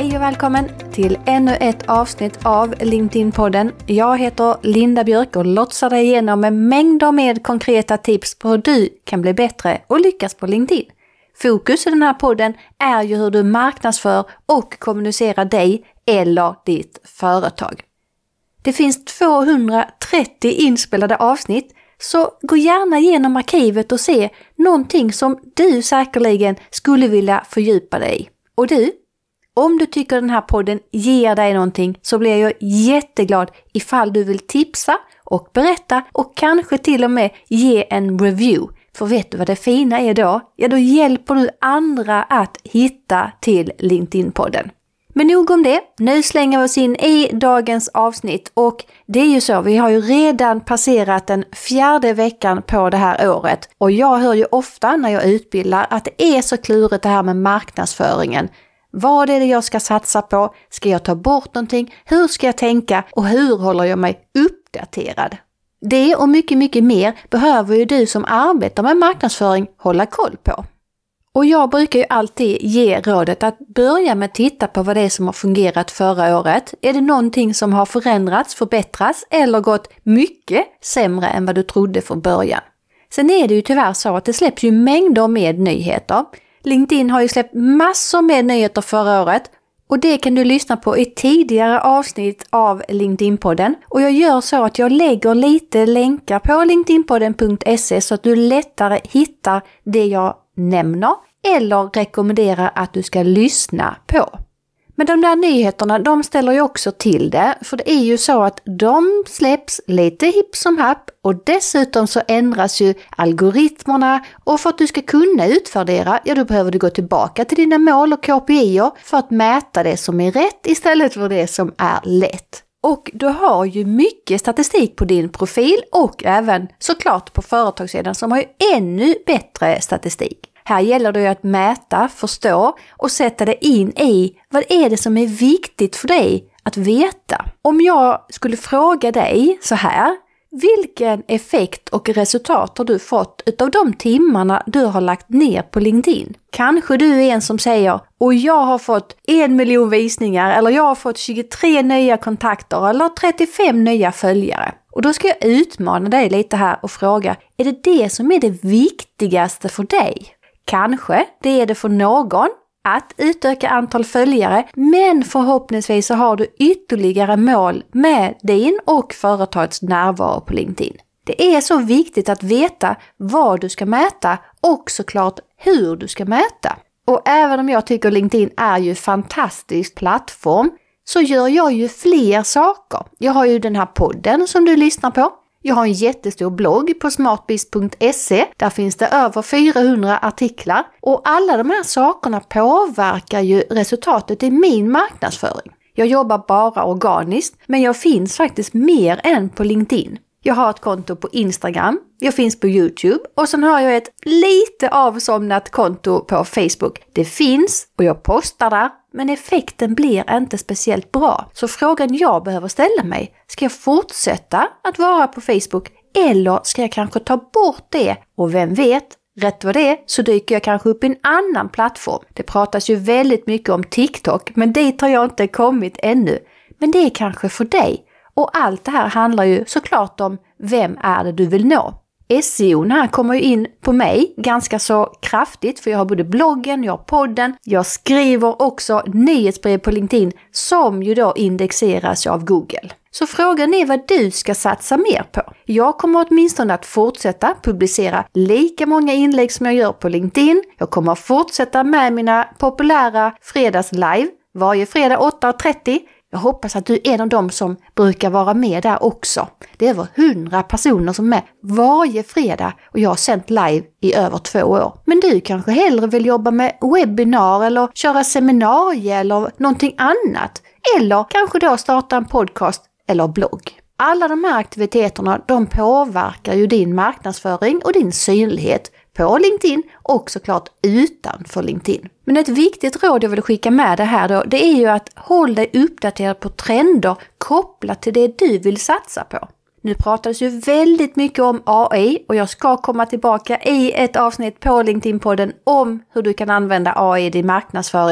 Hej och välkommen till ännu ett avsnitt av LinkedIn-podden. Jag heter Linda Björk och lotsar dig igenom med mängder med konkreta tips på hur du kan bli bättre och lyckas på LinkedIn. Fokus i den här podden är ju hur du marknadsför och kommunicerar dig eller ditt företag. Det finns 230 inspelade avsnitt, så gå gärna igenom arkivet och se någonting som du säkerligen skulle vilja fördjupa dig i. Och du, om du tycker den här podden ger dig någonting så blir jag jätteglad ifall du vill tipsa och berätta och kanske till och med ge en review. För vet du vad det fina är då? Ja, då hjälper du andra att hitta till LinkedIn-podden. Men nog om det. Nu slänger vi oss in i dagens avsnitt och det är ju så, vi har ju redan passerat den 4:e veckan på det här året och jag hör ju ofta när jag utbildar att det är så klurigt det här med marknadsföringen. Vad är det jag ska satsa på? Ska jag ta bort någonting? Hur ska jag tänka? Och hur håller jag mig uppdaterad? Det och mycket, mycket mer behöver ju du som arbetar med marknadsföring hålla koll på. Och jag brukar ju alltid ge rådet att börja med att titta på vad det är som har fungerat förra året. Är det någonting som har förändrats, förbättrats eller gått mycket sämre än vad du trodde från början? Sen är det ju tyvärr så att det släpps ju mängder med nyheter. LinkedIn har ju släppt massor med nyheter förra året och det kan du lyssna på i tidigare avsnitt av LinkedIn-podden. Och jag gör så att jag lägger lite länkar på linkedinpodden.se så att du lättare hittar det jag nämner eller rekommenderar att du ska lyssna på. Men de där nyheterna, de ställer ju också till det, för det är ju så att de släpps lite hipp som happ och dessutom så ändras ju algoritmerna och för att du ska kunna utvärdera, ja då behöver du gå tillbaka till dina mål och KPI:er för att mäta det som är rätt istället för det som är lätt. Och du har ju mycket statistik på din profil och även såklart på företagssidan som har ju ännu bättre statistik. Här gäller det ju att mäta, förstå och sätta det in i vad är det som är viktigt för dig att veta. Om jag skulle fråga dig så här, vilken effekt och resultat har du fått utav de timmarna du har lagt ner på LinkedIn? Kanske du är en som säger, och jag har fått 1 miljon visningar eller jag har fått 23 nya kontakter eller 35 nya följare. Och då ska jag utmana dig lite här och fråga, är det som är det viktigaste för dig? Kanske det är det för någon att utöka antal följare, men förhoppningsvis så har du ytterligare mål med din och företagets närvaro på LinkedIn. Det är så viktigt att veta vad du ska mäta och såklart hur du ska mäta. Och även om jag tycker LinkedIn är ju en fantastisk plattform så gör jag ju fler saker. Jag har ju den här podden som du lyssnar på. Jag har en jättestor blogg på smartbiz.se. Där finns det över 400 artiklar. Och alla de här sakerna påverkar ju resultatet i min marknadsföring. Jag jobbar bara organiskt, men jag finns faktiskt mer än på LinkedIn. Jag har ett konto på Instagram, jag finns på YouTube och sen har jag ett lite avsomnat konto på Facebook. Det finns och jag postar där, men effekten blir inte speciellt bra. Så frågan jag behöver ställa mig, ska jag fortsätta att vara på Facebook eller ska jag kanske ta bort det? Och vem vet, rätt vad det är så dyker jag kanske upp i en annan plattform. Det pratas ju väldigt mycket om TikTok, men dit har jag inte kommit ännu. Men det är kanske för dig. Och allt det här handlar ju såklart om vem är det du vill nå. SEOn här kommer ju in på mig ganska så kraftigt för jag har både bloggen, jag har podden, jag skriver också nyhetsbrev på LinkedIn som ju då indexeras av Google. Så frågan är vad du ska satsa mer på. Jag kommer åtminstone att fortsätta publicera lika många inlägg som jag gör på LinkedIn. Jag kommer att fortsätta med mina populära fredagslive varje fredag 8:30. Jag hoppas att du är en av dem som brukar vara med där också. Det är över 100 personer som är med varje fredag och jag har sänt live i över 2 år. Men du kanske hellre vill jobba med webbinar eller köra seminarier eller någonting annat. Eller kanske då starta en podcast eller blogg. Alla de här aktiviteterna de påverkar ju din marknadsföring och din synlighet på LinkedIn och såklart utanför LinkedIn. Men ett viktigt råd jag vill skicka med det här då, det är ju att hålla dig uppdaterad på trender kopplat till det du vill satsa på. Nu pratas ju väldigt mycket om AI och jag ska komma tillbaka i ett avsnitt på LinkedIn-podden om hur du kan använda AI i din marknadsföring.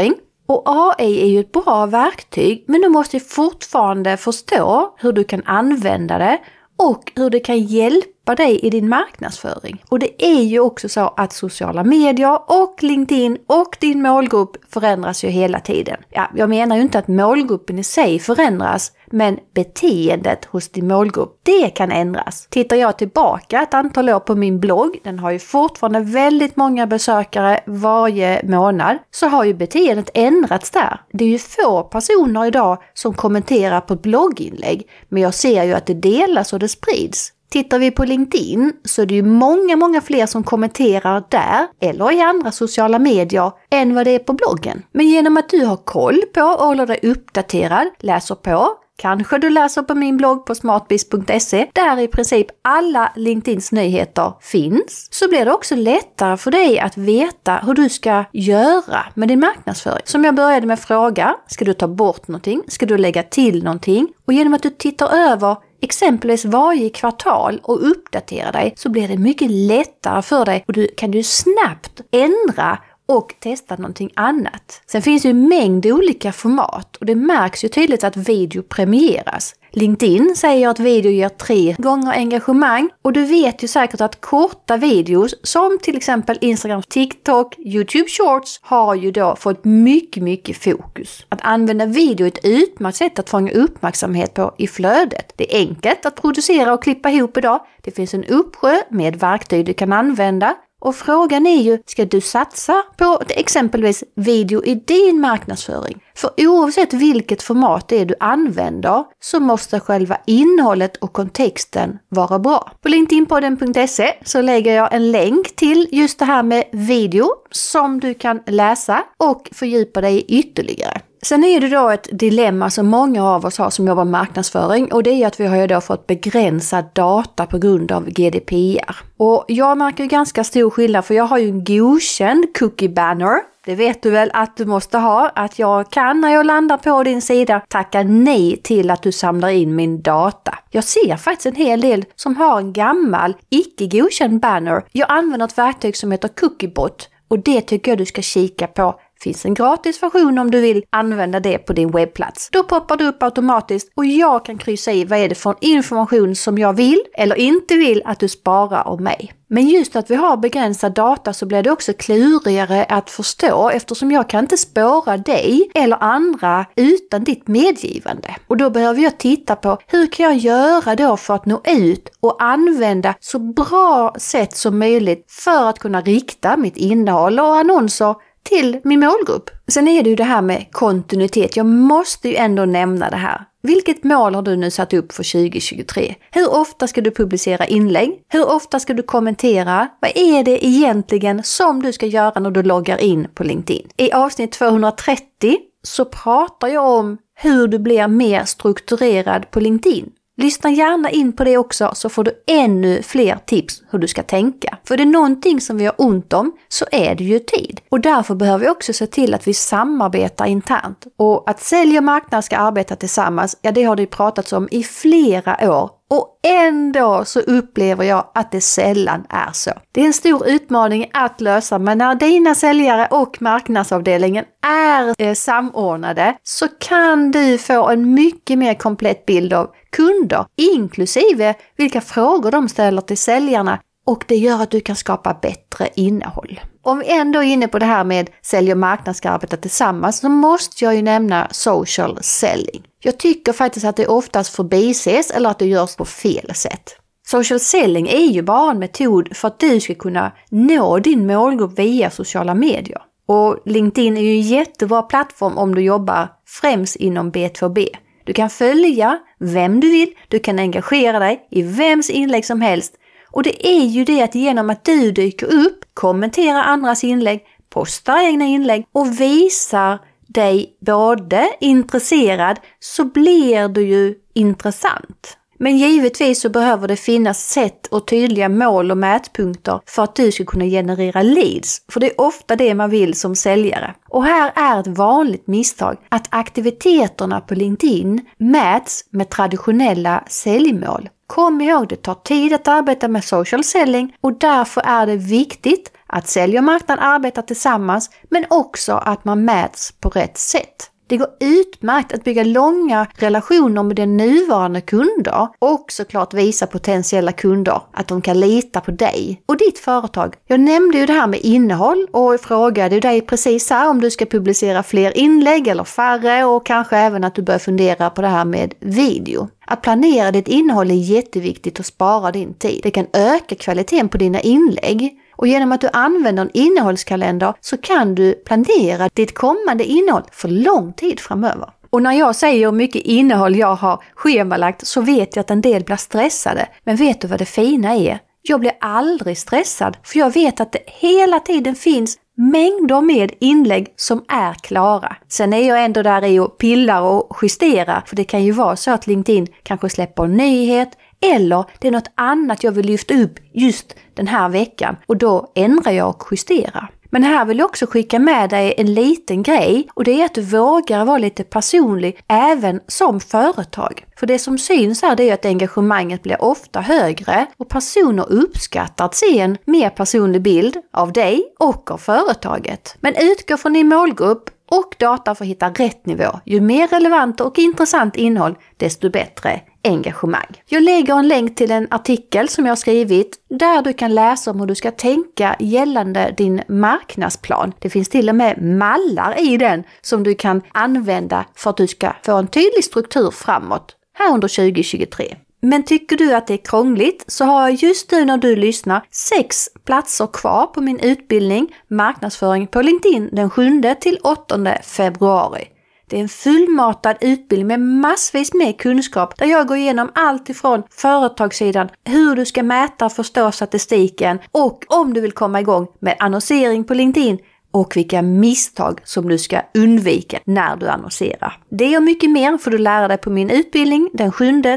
Och AI är ju ett bra verktyg, men du måste fortfarande förstå hur du kan använda det och hur det kan hjälpa dig i din marknadsföring. Och det är ju också så att sociala medier och LinkedIn och din målgrupp förändras ju hela tiden. Ja, jag menar ju inte att målgruppen i sig förändras, men beteendet hos din målgrupp, det kan ändras. Tittar jag tillbaka ett antal år på min blogg, den har ju fortfarande väldigt många besökare varje månad, så har ju beteendet ändrats där. Det är ju få personer idag som kommenterar på blogginlägg, men jag ser ju att det delas och det sprids. Tittar vi på LinkedIn så är det ju många fler som kommenterar där eller i andra sociala medier än vad det är på bloggen. Men genom att du har koll på och håller dig uppdaterad, läser på, kanske du läser på min blogg på smartbiz.se där i princip alla LinkedIns nyheter finns, så blir det också lättare för dig att veta hur du ska göra med din marknadsföring. Som jag började med fråga, ska du ta bort någonting? Ska du lägga till någonting? Och genom att du tittar över exempelvis varje kvartal och uppdaterar dig så blir det mycket lättare för dig och du kan ju snabbt ändra och testa någonting annat. Sen finns ju en mängd olika format och det märks ju tydligt att video premieras. LinkedIn säger att video ger 3 gånger engagemang och du vet ju säkert att korta videos som till exempel Instagram, TikTok, YouTube Shorts har ju då fått mycket fokus. Att använda video är ett utmärkt sätt att fånga uppmärksamhet på i flödet. Det är enkelt att producera och klippa ihop idag. Det finns en uppsjö med verktyg du kan använda. Och frågan är ju, ska du satsa på exempelvis video i din marknadsföring? För oavsett vilket format det är du använder så måste själva innehållet och kontexten vara bra. På linkedinpodden.se så lägger jag en länk till just det här med video som du kan läsa och fördjupa dig ytterligare. Sen är det då ett dilemma som många av oss har som jobbar med marknadsföring och det är att vi har ju då fått begränsad data på grund av GDPR. Och jag märker ju ganska stor skillnad för jag har ju en godkänd cookie banner. Det vet du väl att du måste ha, att jag kan när jag landar på din sida tacka nej till att du samlar in min data. Jag ser faktiskt en hel del som har en gammal icke-godkänd banner. Jag använder ett verktyg som heter Cookiebot och det tycker jag du ska kika på. Finns en gratis version om du vill använda det på din webbplats. Då poppar det upp automatiskt och jag kan kryssa i vad är det för information som jag vill eller inte vill att du sparar om mig. Men just att vi har begränsad data så blir det också klurigare att förstå eftersom jag kan inte spåra dig eller andra utan ditt medgivande. Och då behöver jag titta på hur kan jag göra då för att nå ut och använda så bra sätt som möjligt för att kunna rikta mitt innehåll och annonser till min målgrupp. Sen är det ju det här med kontinuitet. Jag måste ju ändå nämna det här. Vilket mål har du nu satt upp för 2023? Hur ofta ska du publicera inlägg? Hur ofta ska du kommentera? Vad är det egentligen som du ska göra när du loggar in på LinkedIn? I avsnitt 230 så pratar jag om hur du blir mer strukturerad på LinkedIn. Lyssna gärna in på det också så får du ännu fler tips hur du ska tänka. För det är någonting som vi har ont om så är det ju tid. Och därför behöver vi också se till att vi samarbetar internt. Och att sälj och marknad ska arbeta tillsammans, ja det har det ju pratats om i flera år. Och ändå så upplever jag att det sällan är så. Det är en stor utmaning att lösa, men när dina säljare och marknadsavdelningen är samordnade så kan du få en mycket mer komplett bild av kunder, inklusive vilka frågor de ställer till säljarna, och det gör att du kan skapa bättre innehåll. Om vi ändå är inne på det här med sälj och marknad ska arbeta tillsammans så måste jag ju nämna social selling. Jag tycker faktiskt att det oftast förbises eller att det görs på fel sätt. Social selling är ju bara en metod för att du ska kunna nå din målgrupp via sociala medier. Och LinkedIn är ju en jättebra plattform om du jobbar främst inom B2B. Du kan följa vem du vill, du kan engagera dig i vems inlägg som helst. Och det är ju det att genom att du dyker upp, kommenterar andras inlägg, postar egna inlägg och visar dig både intresserad så blir du ju intressant. Men givetvis så behöver det finnas sätt och tydliga mål och mätpunkter för att du ska kunna generera leads. För det är ofta det man vill som säljare. Och här är ett vanligt misstag att aktiviteterna på LinkedIn mäts med traditionella säljmål. Kom ihåg, det tar tid att arbeta med social selling och därför är det viktigt att sälj och marknad arbetar tillsammans, men också att man mäts på rätt sätt. Det går utmärkt att bygga långa relationer med dina nuvarande kunder och såklart visa potentiella kunder att de kan lita på dig och ditt företag. Jag nämnde ju det här med innehåll och frågade dig precis här om du ska publicera fler inlägg eller färre, och kanske även att du bör fundera på det här med video. Att planera ditt innehåll är jätteviktigt och spara din tid. Det kan öka kvaliteten på dina inlägg. Och genom att du använder en innehållskalender så kan du planera ditt kommande innehåll för lång tid framöver. Och när jag säger hur mycket innehåll jag har schemalagt så vet jag att en del blir stressade. Men vet du vad det fina är? Jag blir aldrig stressad, för jag vet att det hela tiden finns mängder med inlägg som är klara. Sen är jag ändå där i och pillar och justerar, för det kan ju vara så att LinkedIn kanske släpper en nyhet eller det är något annat jag vill lyfta upp just den här veckan, och då ändrar jag och justerar. Men här vill jag också skicka med dig en liten grej, och det är att du vågar vara lite personlig även som företag. För det som syns här, det är att engagemanget blir ofta högre och personer uppskattar att se en mer personlig bild av dig och av företaget. Men utgå från din målgrupp och data för att hitta rätt nivå. Ju mer relevant och intressant innehåll, desto bättre engagemang. Jag lägger en länk till en artikel som jag har skrivit där du kan läsa om hur du ska tänka gällande din marknadsplan. Det finns till och med mallar i den som du kan använda för att du ska få en tydlig struktur framåt här under 2023. Men tycker du att det är krångligt så har jag just nu när du lyssnar 6 platser kvar på min utbildning marknadsföring på LinkedIn den 7-8 februari. Det är en fullmatad utbildning med massvis med kunskap där jag går igenom allt ifrån företagssidan, hur du ska mäta och förstå statistiken och om du vill komma igång med annonsering på LinkedIn och vilka misstag som du ska undvika när du annonserar. Det och mycket mer får du lära dig på min utbildning den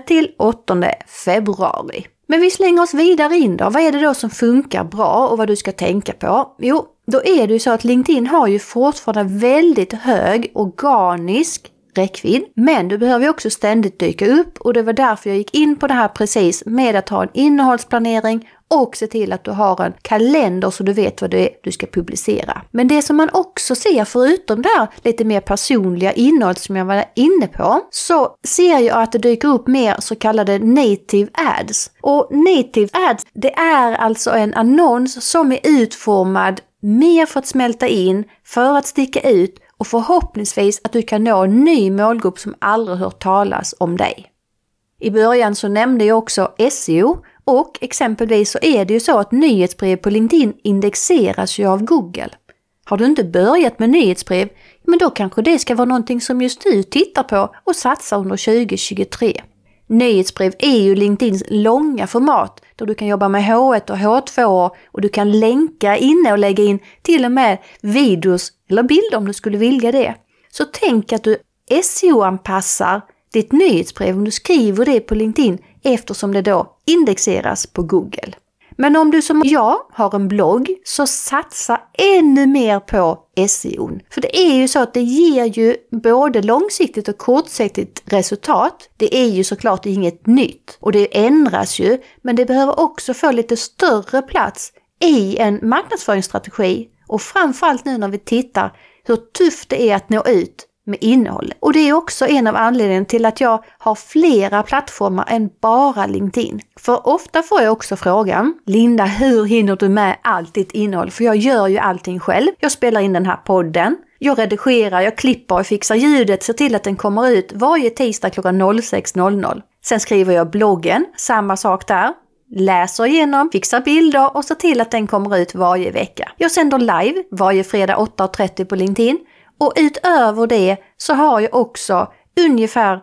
7-8 februari. Men vi slänger oss vidare in då. Vad är det då som funkar bra och vad du ska tänka på? Jo, då är det ju så att LinkedIn har ju fortfarande väldigt hög organisk räckvidd. Men du behöver ju också ständigt dyka upp, och det var därför jag gick in på det här precis med att ha en innehållsplanering och se till att du har en kalender så du vet vad det är du ska publicera. Men det som man också ser förutom det här lite mer personliga innehåll som jag var inne på, så ser jag att det dyker upp mer så kallade native ads. Och native ads, det är alltså en annons som är utformad mer för att smälta in, för att sticka ut och förhoppningsvis att du kan nå en ny målgrupp som aldrig hört talas om dig. I början så nämnde jag också SEO, och exempelvis så är det ju så att nyhetsbrev på LinkedIn indexeras ju av Google. Har du inte börjat med nyhetsbrev, men då kanske det ska vara någonting som just du tittar på och satsar under 2023. Nyhetsbrev är ju LinkedIns långa format då du kan jobba med H1 och H2 och du kan länka inne och lägga in till och med videos eller bilder om du skulle vilja det. Så tänk att du SEO-anpassar ditt nyhetsbrev om du skriver det på LinkedIn eftersom det då indexeras på Google. Men om du som jag har en blogg så satsa ännu mer på SEO. För det är ju så att det ger ju både långsiktigt och kortsiktigt resultat. Det är ju såklart inget nytt och det ändras ju, men det behöver också få lite större plats i en marknadsföringsstrategi. Och framförallt nu när vi tittar hur tufft det är att nå ut med innehåll. Och det är också en av anledningarna till att jag har flera plattformar än bara LinkedIn. För ofta får jag också frågan: Linda, hur hinner du med allt ditt innehåll? För jag gör ju allting själv. Jag spelar in den här podden. Jag redigerar, jag klipper och fixar ljudet, ser till att den kommer ut varje tisdag klockan 06.00. Sen skriver jag bloggen, samma sak där. Läser igenom, fixar bilder och ser till att den kommer ut varje vecka. Jag sänder live varje fredag 8.30 på LinkedIn. Och utöver det så har jag också ungefär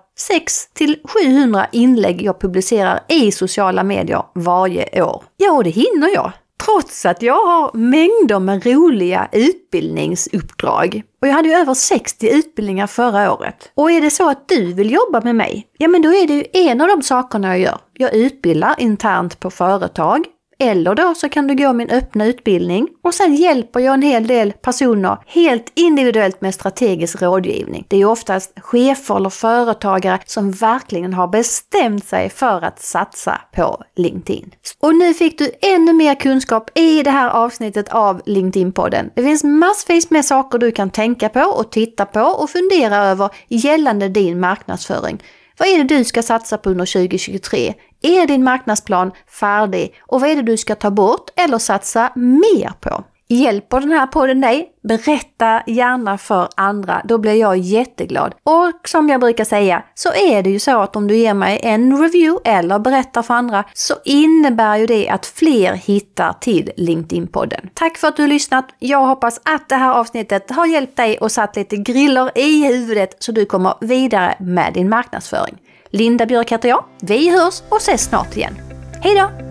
600-700 inlägg jag publicerar i sociala medier varje år. Ja, och det hinner jag. Trots att jag har mängder med roliga utbildningsuppdrag. Och jag hade ju över 60 utbildningar förra året. Och är det så att du vill jobba med mig, ja men då är det ju en av de sakerna jag gör. Jag utbildar internt på företag Eller då så kan du gå min öppna utbildning och sen hjälper jag en hel del personer helt individuellt med strategisk rådgivning. Det är oftast chefer eller företagare som verkligen har bestämt sig för att satsa på LinkedIn. Och nu fick du ännu mer kunskap i det här avsnittet av LinkedIn-podden. Det finns massvis med saker du kan tänka på och titta på och fundera över gällande din marknadsföring. Vad är det du ska satsa på under 2023? Är din marknadsplan färdig? Och vad är det du ska ta bort eller satsa mer på? Hjälper den här podden dig? Berätta gärna för andra, då blir jag jätteglad. Och som jag brukar säga så är det ju så att om du ger mig en review eller berättar för andra så innebär ju det att fler hittar till LinkedIn-podden. Tack för att du har lyssnat. Jag hoppas att det här avsnittet har hjälpt dig och satt lite griller i huvudet så du kommer vidare med din marknadsföring. Linda Björk heter jag. Vi hörs och ses snart igen. Hej då!